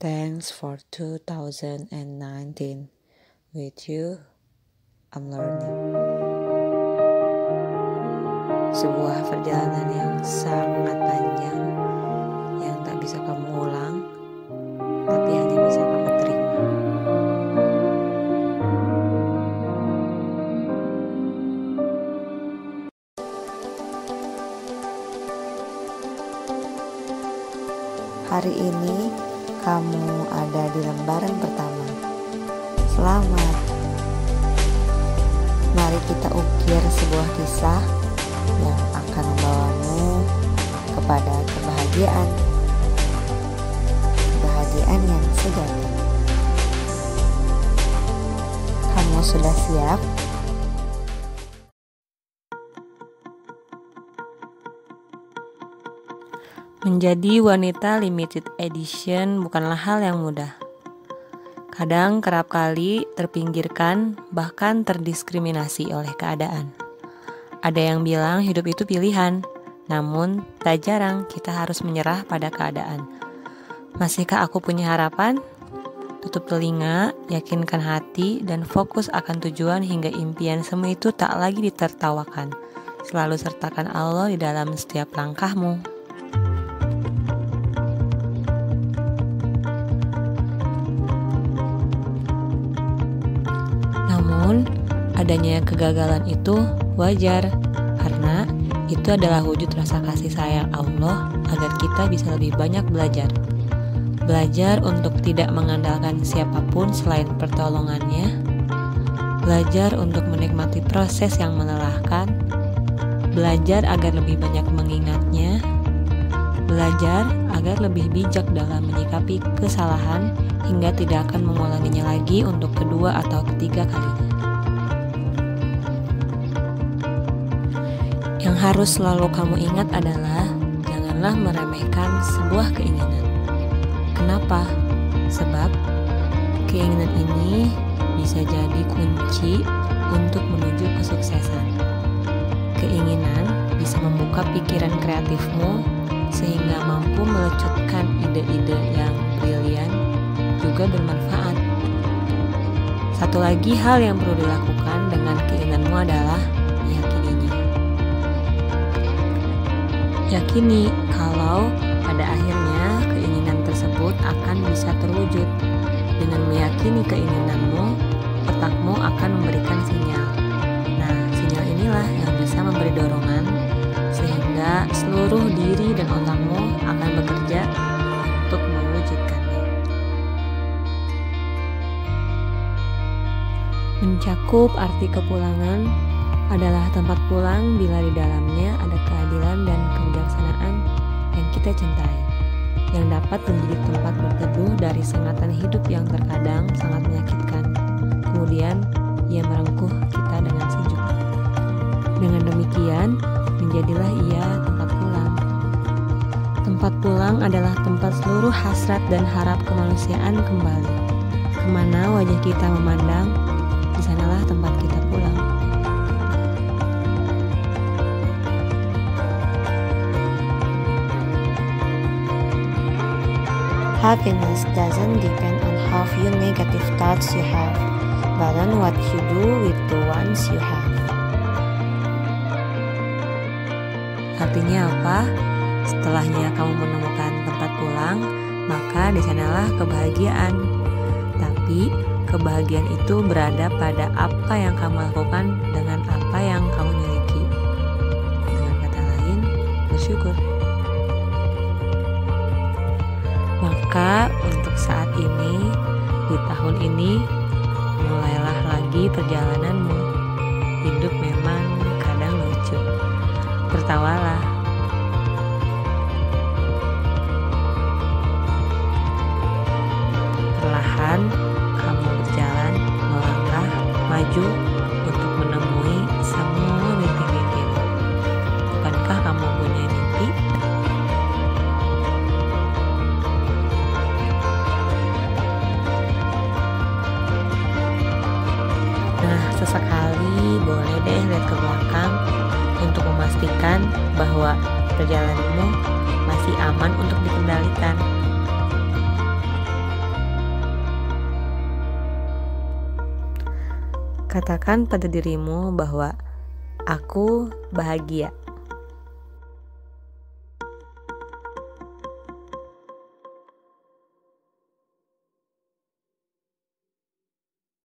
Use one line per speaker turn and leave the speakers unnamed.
Thanks for 2019. With you, I'm learning. Sebuah perjalanan yang sangat panjang, yang tak bisa kamu ulang, tapi hanya bisa kamu terima. Hari ini kamu ada di lembaran pertama. Selamat. Mari kita ukir sebuah kisah yang akan membawamu kepada kebahagiaan. Kebahagiaan yang sejati. Kamu sudah siap? Menjadi wanita limited edition bukanlah hal yang mudah. Kadang kerap kali terpinggirkan, bahkan terdiskriminasi oleh keadaan. Ada yang bilang hidup itu pilihan, namun tak jarang kita harus menyerah pada keadaan. Masihkah aku punya harapan? Tutup telinga, yakinkan hati, dan fokus akan tujuan hingga impian semu itu tak lagi ditertawakan. Selalu sertakan Allah di dalam setiap langkahmu. Namun, adanya kegagalan itu wajar, karena itu adalah wujud rasa kasih sayang Allah agar kita bisa lebih banyak belajar. Belajar untuk tidak mengandalkan siapapun selain pertolongannya. Belajar untuk menikmati proses yang melelahkan. Belajar agar lebih banyak mengingatnya. Belajar agar lebih bijak dalam menyikapi kesalahan hingga tidak akan mengulanginya lagi untuk kedua atau ketiga kalinya. Yang harus selalu kamu ingat adalah janganlah meremehkan sebuah keinginan. Kenapa? Sebab keinginan ini bisa jadi kunci untuk menuju kesuksesan. Keinginan bisa membuka pikiran kreatifmu sehingga mampu melecutkan ide-ide yang brilian juga bermanfaat. Satu lagi hal yang perlu dilakukan dengan keinginanmu adalah meyakininya. Yakini kalau pada akhirnya keinginan tersebut akan bisa terwujud. Dengan meyakini keinginanmu, otakmu akan memberikan sinyal. Nah, sinyal inilah yang bisa memberi dorongan sehingga seluruh diri dan otakmu akan bekerja untuk mewujudkannya. Mencakup arti kepulangan adalah tempat pulang bila di dalamnya ada keadilan dan kebijaksanaan yang kita cintai, yang dapat menjadi tempat berteduh dari sengatan hidup yang terkadang sangat menyakitkan. Kemudian ia merengkuh kita dengan sejuk. Dengan demikian, menjadilah ia tempat pulang. Tempat pulang adalah tempat seluruh hasrat dan harap kemanusiaan kembali. Kemana wajah kita memandang, di sanalah tempat kita pulang. Happiness doesn't depend on how few negative thoughts you have, but on what you do with the ones you have. Artinya apa? Setelahnya kamu menemukan tempat pulang, maka di sanalah kebahagiaan. Tapi kebahagiaan itu berada pada apa yang kamu lakukan dengan apa yang kamu miliki. Dengan kata lain, bersyukur. Maka untuk saat ini, di tahun ini, mulailah lagi perjalananmu. Hidup memang kadang lucu. Tertawalah. Perlahan kamu berjalan, melangkah maju untuk menemui semua mimpi-mimpimu. Bukankah kamu punya mimpi? Nah, sesekali boleh deh lihat ke belakang untuk memastikan bahwa perjalananmu masih aman untuk dikendalikan. Katakan pada dirimu bahwa aku bahagia.